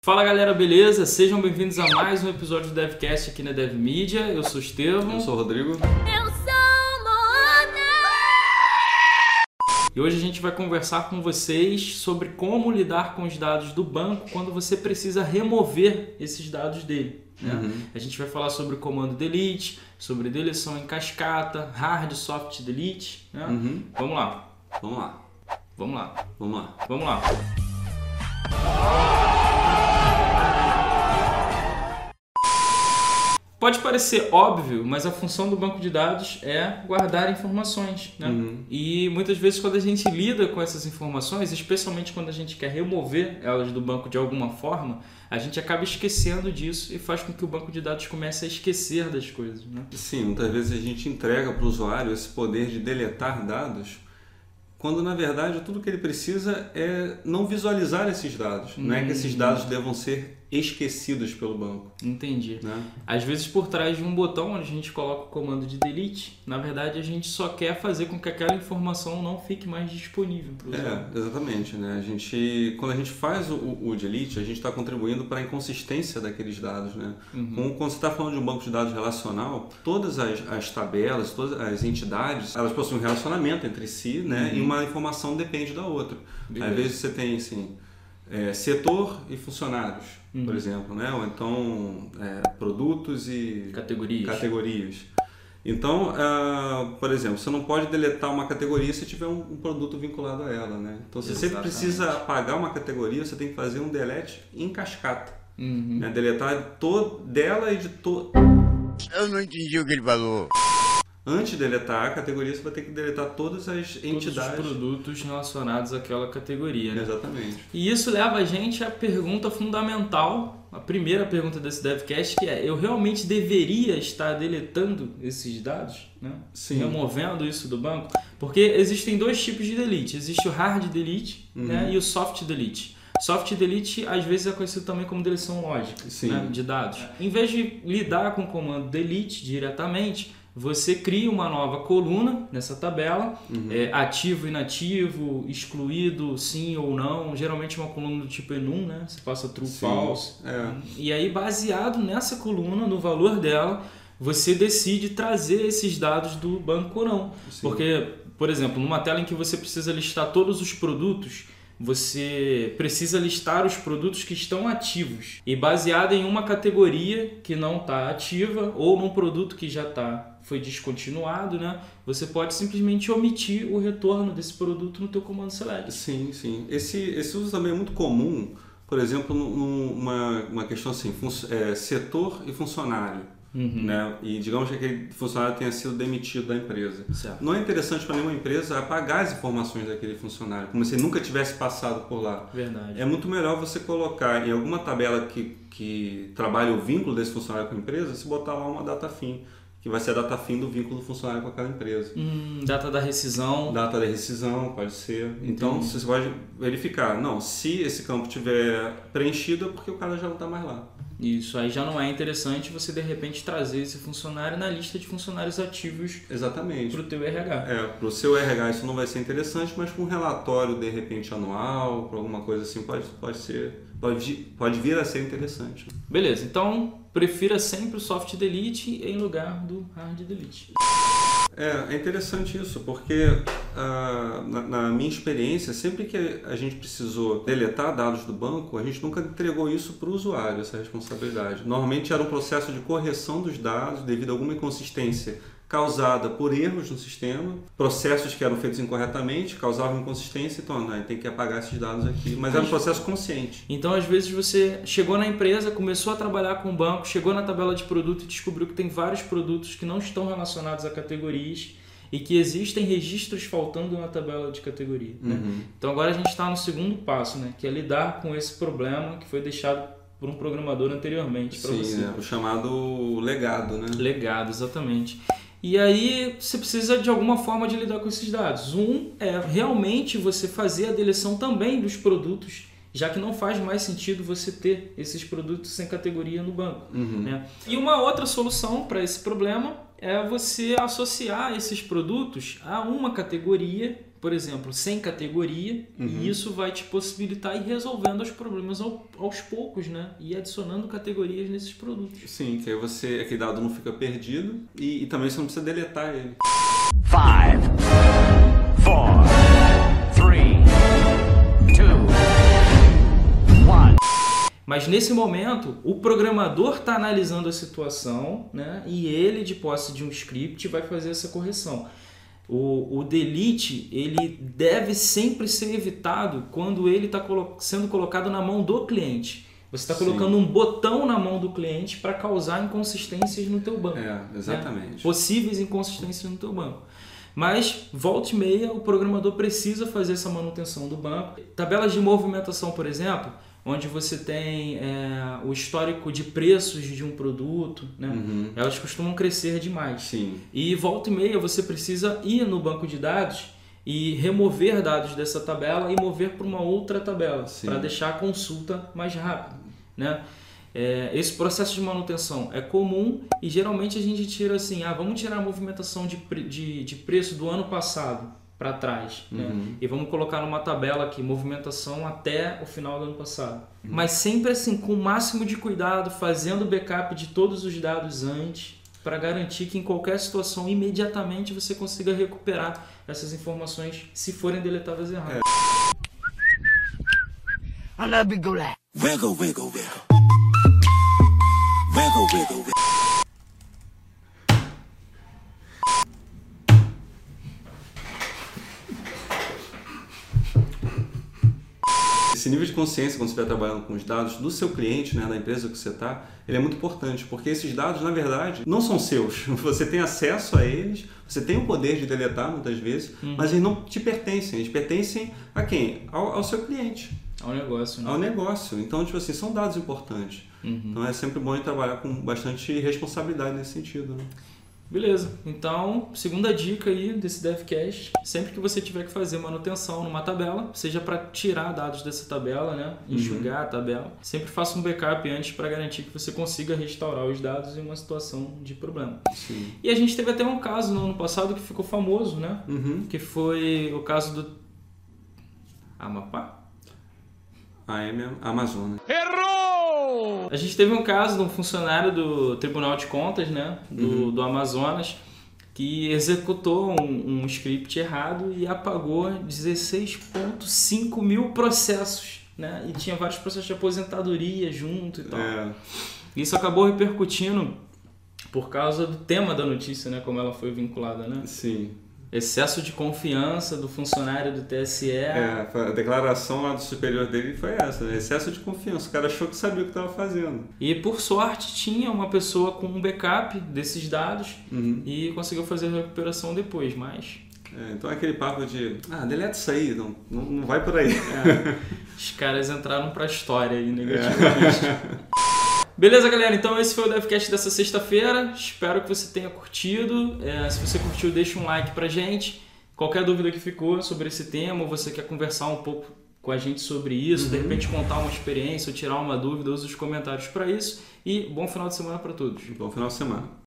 Fala galera, beleza? Sejam bem-vindos a mais um episódio do DevCast aqui na DevMedia. Eu sou o Estevão. Eu sou o Rodrigo. Eu sou Moana. E hoje a gente vai conversar com vocês sobre como lidar com os dados do banco quando você precisa remover esses dados dele. Né? A gente vai falar sobre o comando delete, sobre deleção em cascata, hard soft delete. Né? Vamos lá. Vamos lá. Vamos lá. Vamos lá. Vamos lá. Pode parecer óbvio, mas a função do banco de dados é guardar informações, né? E muitas vezes quando a gente lida com essas informações, especialmente quando a gente quer remover elas do banco de alguma forma, a gente acaba esquecendo disso e faz com que o banco de dados comece a esquecer das coisas, né? Sim, muitas vezes a gente entrega para o usuário esse poder de deletar dados, quando na verdade tudo que ele precisa é não visualizar esses dados. Não é que esses dados devam ser esquecidos pelo banco. Entendi. Né? Às vezes por trás de um botão onde a gente coloca o comando de delete, na verdade a gente só quer fazer com que aquela informação não fique mais disponível para o usuário. Exatamente. Né? Quando a gente faz o delete, a gente está contribuindo para a inconsistência daqueles dados. Né? Quando você está falando de um banco de dados relacional, todas as tabelas, todas as entidades, elas possuem um relacionamento entre si, né? E uma informação depende da outra. Beleza. Às vezes você tem assim, setor e funcionários, por exemplo, né? Ou então produtos e categorias. Então, por exemplo, você não pode deletar uma categoria se tiver um produto vinculado a ela, né? Então, se você precisa apagar uma categoria, você tem que fazer um delete em cascata. Né? Deletar dela e de todo. Eu não entendi o que ele falou. Antes de deletar a categoria, você vai ter que deletar todas as entidades. Todos os produtos relacionados àquela categoria. Né? Exatamente. E isso leva a gente à pergunta fundamental, a primeira pergunta desse DevCast, que é: eu realmente deveria estar deletando esses dados? Né? Sim. Removendo isso do banco? Porque existem dois tipos de delete. Existe o hard delete, né? E o soft delete. Soft delete às vezes é conhecido também como deleção lógica, né? De dados. Em vez de lidar com o comando delete diretamente, você cria uma nova coluna nessa tabela, ativo, inativo, excluído, sim ou não, geralmente uma coluna do tipo enum, né? Você passa true, false. E aí, baseado nessa coluna, no valor dela, você decide trazer esses dados do banco ou não. Sim. Porque, por exemplo, numa tela em que você precisa listar todos os produtos, você precisa listar os produtos que estão ativos e baseado em uma categoria que não está ativa ou num produto que já foi descontinuado, né? Você pode simplesmente omitir o retorno desse produto no teu comando select. Sim, sim. Esse uso também é muito comum, por exemplo, numa questão assim, setor e funcionário. Né? E digamos que aquele funcionário tenha sido demitido da empresa. Certo. Não é interessante para nenhuma empresa apagar as informações daquele funcionário, como se ele nunca tivesse passado por lá. Verdade. É muito melhor você colocar em alguma tabela que trabalhe o vínculo desse funcionário com a empresa, se botar lá uma data fim, que vai ser a data fim do vínculo do funcionário com aquela empresa. Data da rescisão. Data da rescisão, pode ser. Entendi. Então você pode verificar, se esse campo estiver preenchido é porque o cara já não está mais lá. Isso, aí já não é interessante você de repente trazer esse funcionário na lista de funcionários ativos. Exatamente. Para o teu RH. Para o seu RH isso não vai ser interessante, mas para um relatório de repente anual, para alguma coisa assim, pode vir a ser interessante. Beleza, então prefira sempre o soft delete em lugar do hard delete. É interessante isso, porque na minha experiência, sempre que a gente precisou deletar dados do banco, a gente nunca entregou isso para o usuário, essa responsabilidade. Normalmente era um processo de correção dos dados devido a alguma inconsistência causada por erros no sistema, processos que eram feitos incorretamente, causavam inconsistência, então tem que apagar esses dados aqui, mas era um processo consciente. Então, às vezes, você chegou na empresa, começou a trabalhar com o banco, chegou na tabela de produto e descobriu que tem vários produtos que não estão relacionados a categorias e que existem registros faltando na tabela de categoria. Né? Então, agora a gente está no segundo passo, né? Que é lidar com esse problema que foi deixado por um programador anteriormente para você. Sim, o chamado legado, né? Legado, exatamente. E aí você precisa de alguma forma de lidar com esses dados. É realmente você fazer a deleção também dos produtos, já que não faz mais sentido você ter esses produtos sem categoria no banco. Né? E uma outra solução para esse problema é você associar esses produtos a uma categoria por exemplo, sem categoria, e isso vai te possibilitar ir resolvendo os problemas aos poucos, né? E adicionando categorias nesses produtos. Sim, que aí aquele dado não fica perdido e também você não precisa deletar ele. 5, 4, 3, 2, 1. Mas nesse momento, o programador está analisando a situação, né? E ele, de posse de um script, vai fazer essa correção. O delete, ele deve sempre ser evitado quando ele está sendo colocado na mão do cliente. Você está colocando um botão na mão do cliente para causar inconsistências no teu banco. Exatamente. Né? Possíveis inconsistências no teu banco. Mas, volta e meia, o programador precisa fazer essa manutenção do banco. Tabelas de movimentação, por exemplo, onde você tem o histórico de preços de um produto, né? Elas costumam crescer demais. Sim. E volta e meia você precisa ir no banco de dados e remover dados dessa tabela e mover para uma outra tabela, para deixar a consulta mais rápida, né? Esse processo de manutenção é comum e geralmente a gente tira assim, vamos tirar a movimentação de preço do ano passado para trás, né? E vamos colocar numa tabela aqui, movimentação até o final do ano passado. Mas sempre assim, com o máximo de cuidado, fazendo backup de todos os dados antes, para garantir que em qualquer situação, imediatamente você consiga recuperar essas informações se forem deletadas erradas. Wiggle, wiggle, wiggle. Wiggle, wiggle, wiggle. Esse nível de consciência, quando você estiver trabalhando com os dados do seu cliente, né, da empresa que você está, ele é muito importante, porque esses dados, na verdade, não são seus. Você tem acesso a eles, você tem o poder de deletar muitas vezes, mas eles não te pertencem. Eles pertencem a quem? Ao seu cliente. Ao negócio, né? Ao negócio. Então, tipo assim, são dados importantes. Então, é sempre bom trabalhar com bastante responsabilidade nesse sentido, né? Beleza, então, segunda dica aí desse DevCast, sempre que você tiver que fazer manutenção numa tabela, seja para tirar dados dessa tabela, né, enxugar a tabela, sempre faça um backup antes para garantir que você consiga restaurar os dados em uma situação de problema. Sim. E a gente teve até um caso no ano passado que ficou famoso, né, que foi o caso do Amapá? Amazonas. A gente teve um caso de um funcionário do Tribunal de Contas, né, do Amazonas, que executou um script errado e apagou 16,5 mil processos, né, e tinha vários processos de aposentadoria junto e tal. Isso acabou repercutindo por causa do tema da notícia, né, como ela foi vinculada, né? Sim. Excesso de confiança do funcionário do TSE. A declaração lá do superior dele foi essa, né? Excesso de confiança. O cara achou que sabia o que estava fazendo. E por sorte tinha uma pessoa com um backup desses dados e conseguiu fazer a recuperação depois, mas... então é aquele papo de, deleta isso aí, não vai por aí. Os caras entraram pra história aí negativamente. Beleza, galera? Então esse foi o DevCast dessa sexta-feira. Espero que você tenha curtido. Se você curtiu, deixa um like pra gente. Qualquer dúvida que ficou sobre esse tema, ou você quer conversar um pouco com a gente sobre isso, de repente contar uma experiência ou tirar uma dúvida, use os comentários para isso. E bom final de semana para todos. Bom final de semana.